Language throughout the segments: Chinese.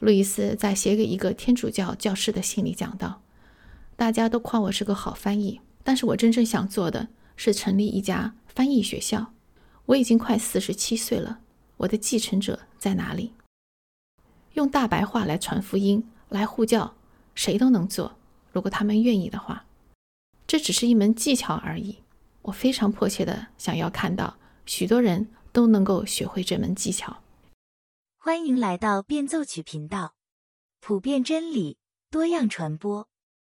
路易斯在写给一个天主教教师的信里讲道，大家都夸我是个好翻译，但是我真正想做的是成立一家翻译学校。我已经快47岁了，我的继承者在哪里？用大白话来传福音，来护教，谁都能做，如果他们愿意的话。这只是一门技巧而已。我非常迫切的想要看到许多人都能够学会这门技巧。 欢迎来到变奏曲频道，普遍真理，多样传播。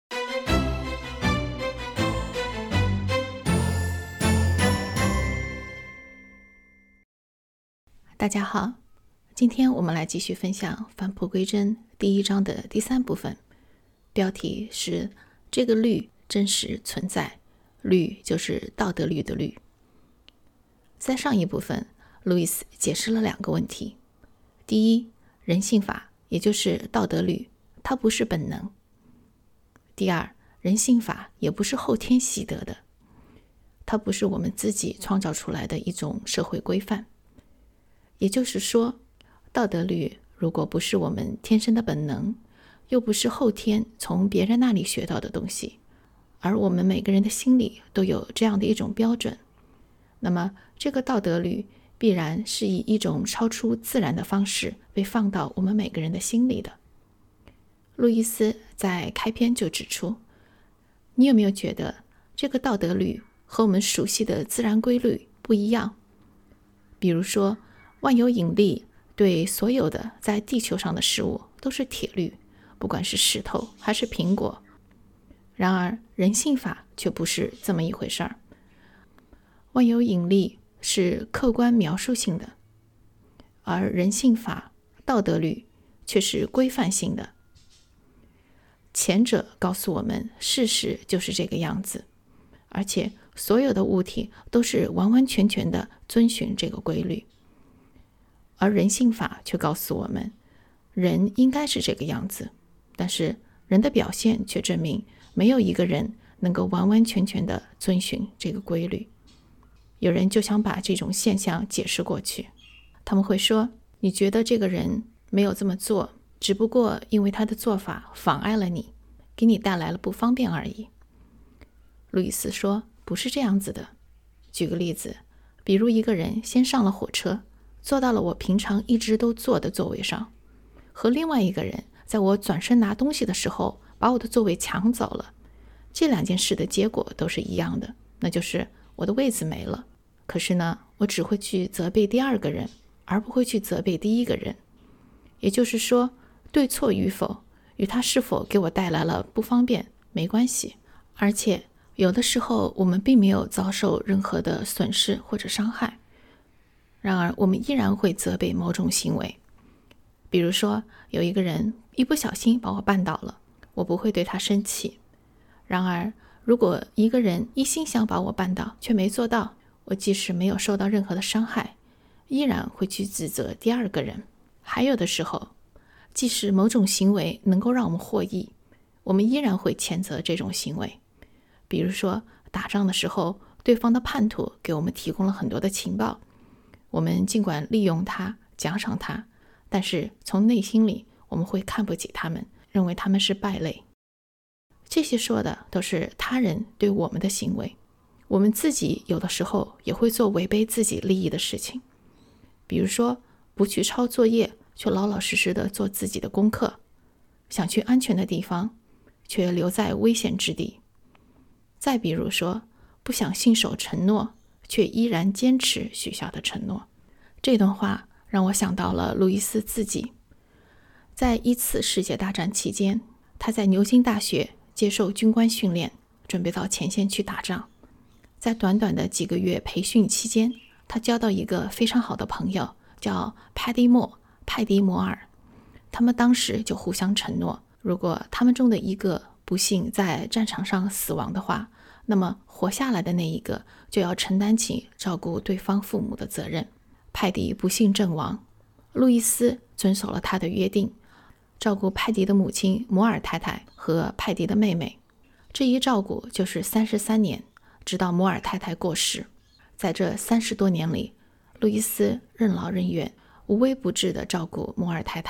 大家好，今天我们来继续分享返璞归真第1章的第3部分，标题是这个律真实存在，律就是道德律的律。在上一部分，路易斯解释了2个问题。第一，人性法，也就是道德律，它不是本能。第二，人性法也不是后天习得的，它不是我们自己创造出来的一种社会规范。也就是说，道德律如果不是我们天生的本能，又不是后天从别人那里学到的东西，而我们每个人的心里都有这样的一种标准，那么这个道德律必然是以一种超出自然的方式被放到我们每个人的心里的。路易斯在开篇就指出，你有没有觉得这个道德律和我们熟悉的自然规律不一样？比如说，万有引力对所有的在地球上的事物都是铁律，不管是石头还是苹果。然而人性法却不是这么一回事儿。万有引力是客观描述性的，而人性法、道德律却是规范性的。前者告诉我们事实就是这个样子，而且所有的物体都是完完全全的遵循这个规律。而人性法却告诉我们，人应该是这个样子，但是人的表现却证明没有一个人能够完完全全的遵循这个规律。有人就想把这种现象解释过去，他们会说，你觉得这个人没有这么做，只不过因为他的做法妨碍了你，给你带来了不方便而已。路易斯说，不是这样子的。举个例子，比如一个人先上了火车，坐到了我平常一直都坐的座位上，和另外一个人在我转身拿东西的时候把我的座位抢走了，这2件事的结果都是一样的，那就是我的位子没了。可是呢，我只会去责备第2个人，而不会去责备第1个人。也就是说，对错与否与他是否给我带来了不方便没关系，而且有的时候我们并没有遭受任何的损失或者伤害。然而我们依然会责备某种行为。比如说，有一个人一不小心把我绊倒了，我不会对他生气。然而如果一个人一心想把我绊倒却没做到，我即使没有受到任何的伤害，依然会去指责第2个人。还有的时候，即使某种行为能够让我们获益，我们依然会谴责这种行为。比如说，打仗的时候，对方的叛徒给我们提供了很多的情报，我们尽管利用它，奖赏它，但是从内心里我们会看不起他们，认为他们是败类。这些说的都是他人对我们的行为，我们自己有的时候也会做违背自己利益的事情。比如说，不去抄作业，却老老实实的做自己的功课；想去安全的地方，却留在危险之地。再比如说，不想信守承诺，却依然坚持许下的承诺。这段话让我想到了路易斯自己。在1次世界大战期间，他在牛津大学接受军官训练，准备到前线去打仗。在短短的几个月培训期间，他交到一个非常好的朋友，叫派迪摩尔。他们当时就互相承诺，如果他们中的一个不幸在战场上死亡的话，那么活下来的那一个就要承担起照顾对方父母的责任。派迪不幸阵亡，路易斯遵守了他的约定，照顾派迪的母亲摩尔太太和派迪的妹妹。这一照顾就是33年，直到摩尔太太过世。在这30多年里，路易斯任劳任怨，无微不至地照顾摩尔太太，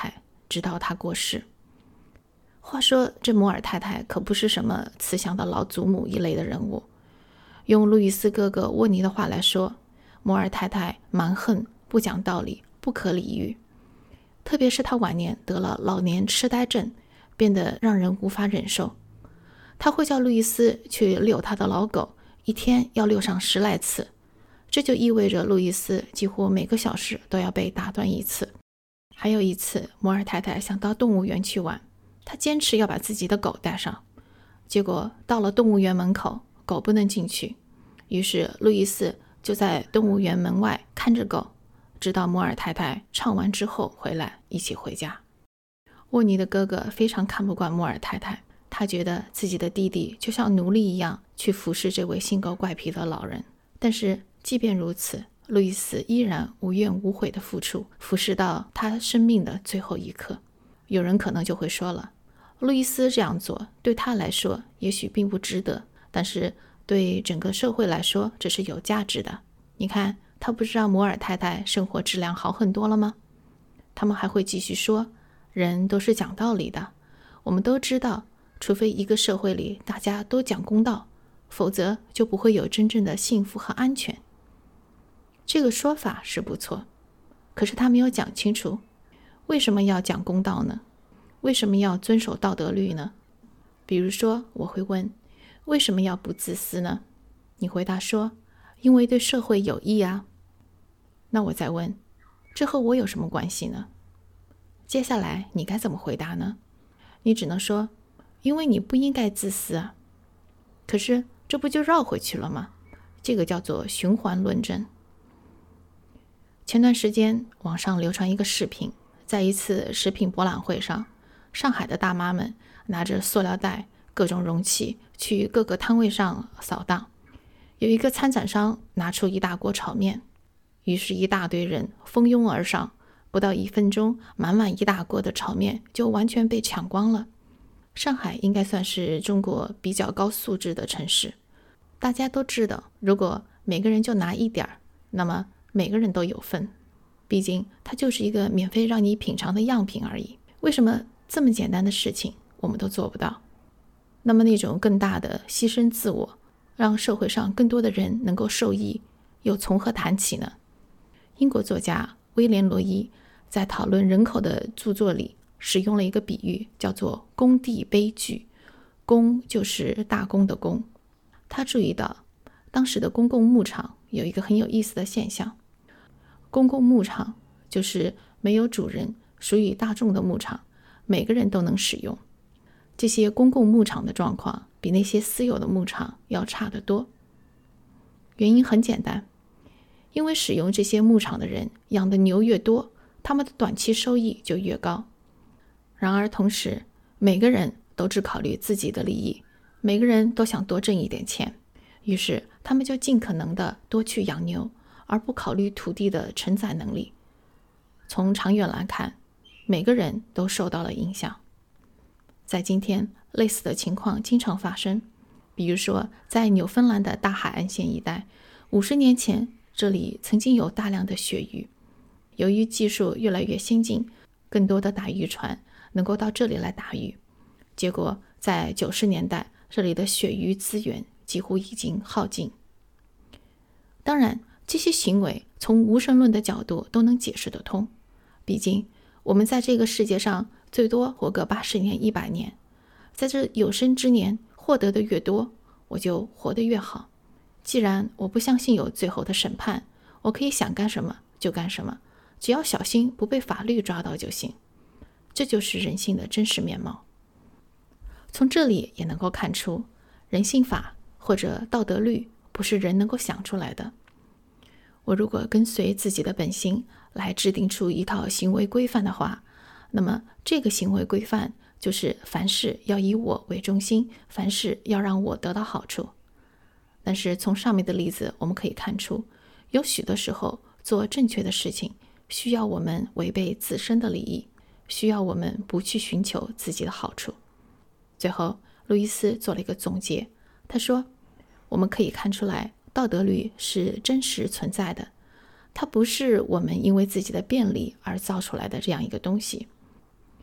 直到他过世。话说这摩尔太太可不是什么慈祥的老祖母一类的人物，用路易斯哥哥沃尼的话来说，摩尔太太蛮横、不讲道理、不可理喻。特别是他晚年得了老年痴呆症，变得让人无法忍受。他会叫路易斯去遛他的老狗，一天要遛上10来次，这就意味着路易斯几乎每个小时都要被打断一次。还有一次，摩尔太太想到动物园去玩，她坚持要把自己的狗带上，结果到了动物园门口，狗不能进去，于是路易斯就在动物园门外看着狗，直到摩尔太太唱完之后回来一起回家。沃尼的哥哥非常看不惯摩尔太太，他觉得自己的弟弟就像奴隶一样去服侍这位性格怪癖的老人。但是即便如此，路易斯依然无怨无悔地付出，服侍到他生命的最后一刻。有人可能就会说了，路易斯这样做对他来说也许并不值得，但是对整个社会来说这是有价值的。你看，他不是让摩尔太太生活质量好很多了吗？他们还会继续说，人都是讲道理的，我们都知道，除非一个社会里大家都讲公道，否则就不会有真正的幸福和安全。这个说法是不错，可是他没有讲清楚，为什么要讲公道呢？为什么要遵守道德律呢？比如说，我会问，为什么要不自私呢？你回答说，因为对社会有益啊。那我再问，这和我有什么关系呢？接下来你该怎么回答呢？你只能说，因为你不应该自私啊。可是这不就绕回去了吗？这个叫做循环论证。前段时间网上流传一个视频，在一次食品博览会上，上海的大妈们拿着塑料袋、各种容器去各个摊位上扫荡。有一个参展商拿出一大锅炒面，于是一大堆人蜂拥而上，不到1分钟，满满一大锅的炒面就完全被抢光了。上海应该算是中国比较高素质的城市，大家都知道，如果每个人就拿一点，那么每个人都有份，毕竟它就是一个免费让你品尝的样品而已。为什么这么简单的事情我们都做不到？那么那种更大的牺牲自我，让社会上更多的人能够受益，又从何谈起呢？英国作家威廉·罗伊在讨论人口的著作里使用了一个比喻，叫做公地悲剧。公就是大公的公。他注意到当时的公共牧场有一个很有意思的现象，公共牧场就是没有主人，属于大众的牧场，每个人都能使用。这些公共牧场的状况比那些私有的牧场要差得多。原因很简单，因为使用这些牧场的人养的牛越多，他们的短期收益就越高。然而同时，每个人都只考虑自己的利益，每个人都想多挣一点钱，于是他们就尽可能的多去养牛，而不考虑土地的承载能力。从长远来看，每个人都受到了影响。在今天，类似的情况经常发生。比如说，在纽芬兰的大海岸线一带，50年前这里曾经有大量的鳕鱼。由于技术越来越先进，更多的打渔船能够到这里来打鱼，结果在90年代，这里的鳕鱼资源几乎已经耗尽。当然，这些行为从无神论的角度都能解释得通。毕竟，我们在这个世界上最多活个80年、100年，在这有生之年获得的越多，我就活得越好。既然我不相信有最后的审判，我可以想干什么就干什么，只要小心不被法律抓到就行。这就是人性的真实面貌。从这里也能够看出，人性法或者道德律不是人能够想出来的。我如果跟随自己的本心来制定出一套行为规范的话，那么这个行为规范就是凡事要以我为中心，凡事要让我得到好处。但是从上面的例子我们可以看出，有许多时候做正确的事情需要我们违背自身的利益，需要我们不去寻求自己的好处。最后，路易斯做了一个总结，他说，我们可以看出来，道德律是真实存在的，它不是我们因为自己的便利而造出来的这样一个东西。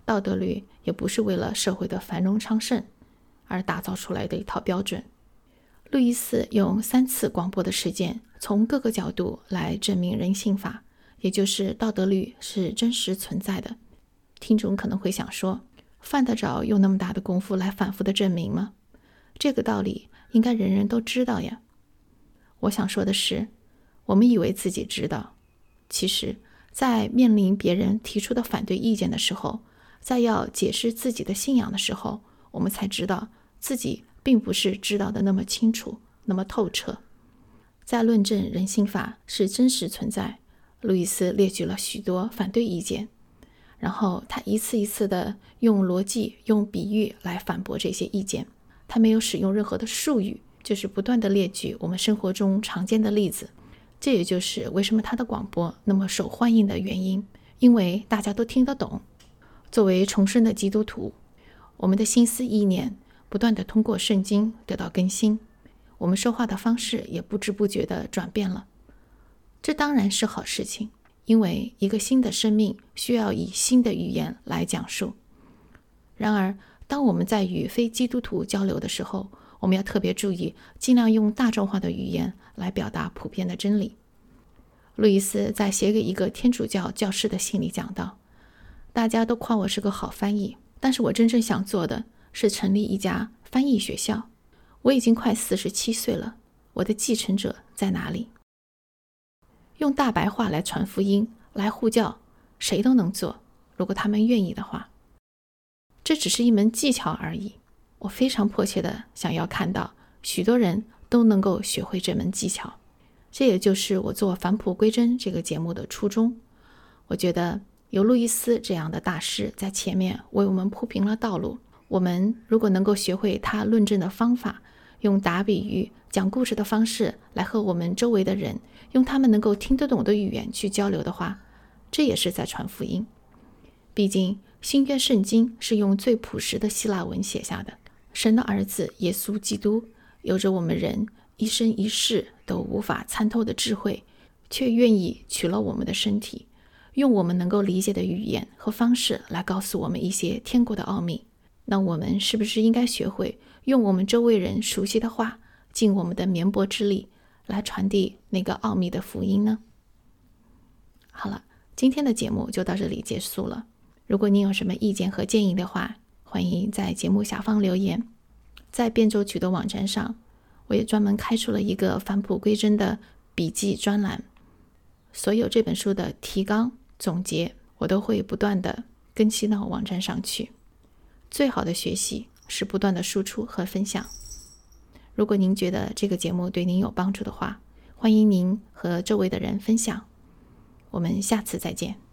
道德律也不是为了社会的繁荣昌盛而打造出来的一套标准。路易斯用3次广播的事件，从各个角度来证明人性法，也就是道德律是真实存在的。听众可能会想说，犯得着用那么大的功夫来反复的证明吗？这个道理应该人人都知道呀。我想说的是，我们以为自己知道，其实在面临别人提出的反对意见的时候，在要解释自己的信仰的时候，我们才知道自己并不是知道的那么清楚，那么透彻。在论证人性法是真实存在，路易斯列举了许多反对意见，然后他一次一次的用逻辑、用比喻来反驳这些意见。他没有使用任何的术语，就是不断的列举我们生活中常见的例子。这也就是为什么他的广播那么受欢迎的原因，因为大家都听得懂。作为重生的基督徒，我们的心思意念不断的通过圣经得到更新，我们说话的方式也不知不觉的转变了。这当然是好事情，因为一个新的生命需要以新的语言来讲述。然而，当我们在与非基督徒交流的时候，我们要特别注意，尽量用大众化的语言来表达普遍的真理。路易斯在写给一个天主教教师的信里讲到，大家都夸我是个好翻译，但是我真正想做的是成立一家翻译学校。我已经快47岁了，我的继承者在哪里？用大白话来传福音，来护教，谁都能做，如果他们愿意的话。这只是一门技巧而已。我非常迫切的想要看到许多人都能够学会这门技巧。这也就是我做返璞归真这个节目的初衷。我觉得有路易斯这样的大师在前面为我们铺平了道路，我们如果能够学会他论证的方法，用打比喻、讲故事的方式来和我们周围的人用他们能够听得懂的语言去交流的话，这也是在传福音。毕竟新约圣经是用最朴实的希腊文写下的，神的儿子耶稣基督有着我们人一生一世都无法参透的智慧，却愿意取了我们的身体，用我们能够理解的语言和方式来告诉我们一些天国的奥秘。那我们是不是应该学会用我们周围人熟悉的话，尽我们的绵薄之力来传递那个奥秘的福音呢？好了，今天的节目就到这里结束了。如果您有什么意见和建议的话，欢迎在节目下方留言。在变奏曲的网站上，我也专门开出了一个返璞归真的笔记专栏，所有这本书的提纲总结我都会不断的更新到网站上去。最好的学习是不断的输出和分享。如果您觉得这个节目对您有帮助的话，欢迎您和周围的人分享。我们下次再见。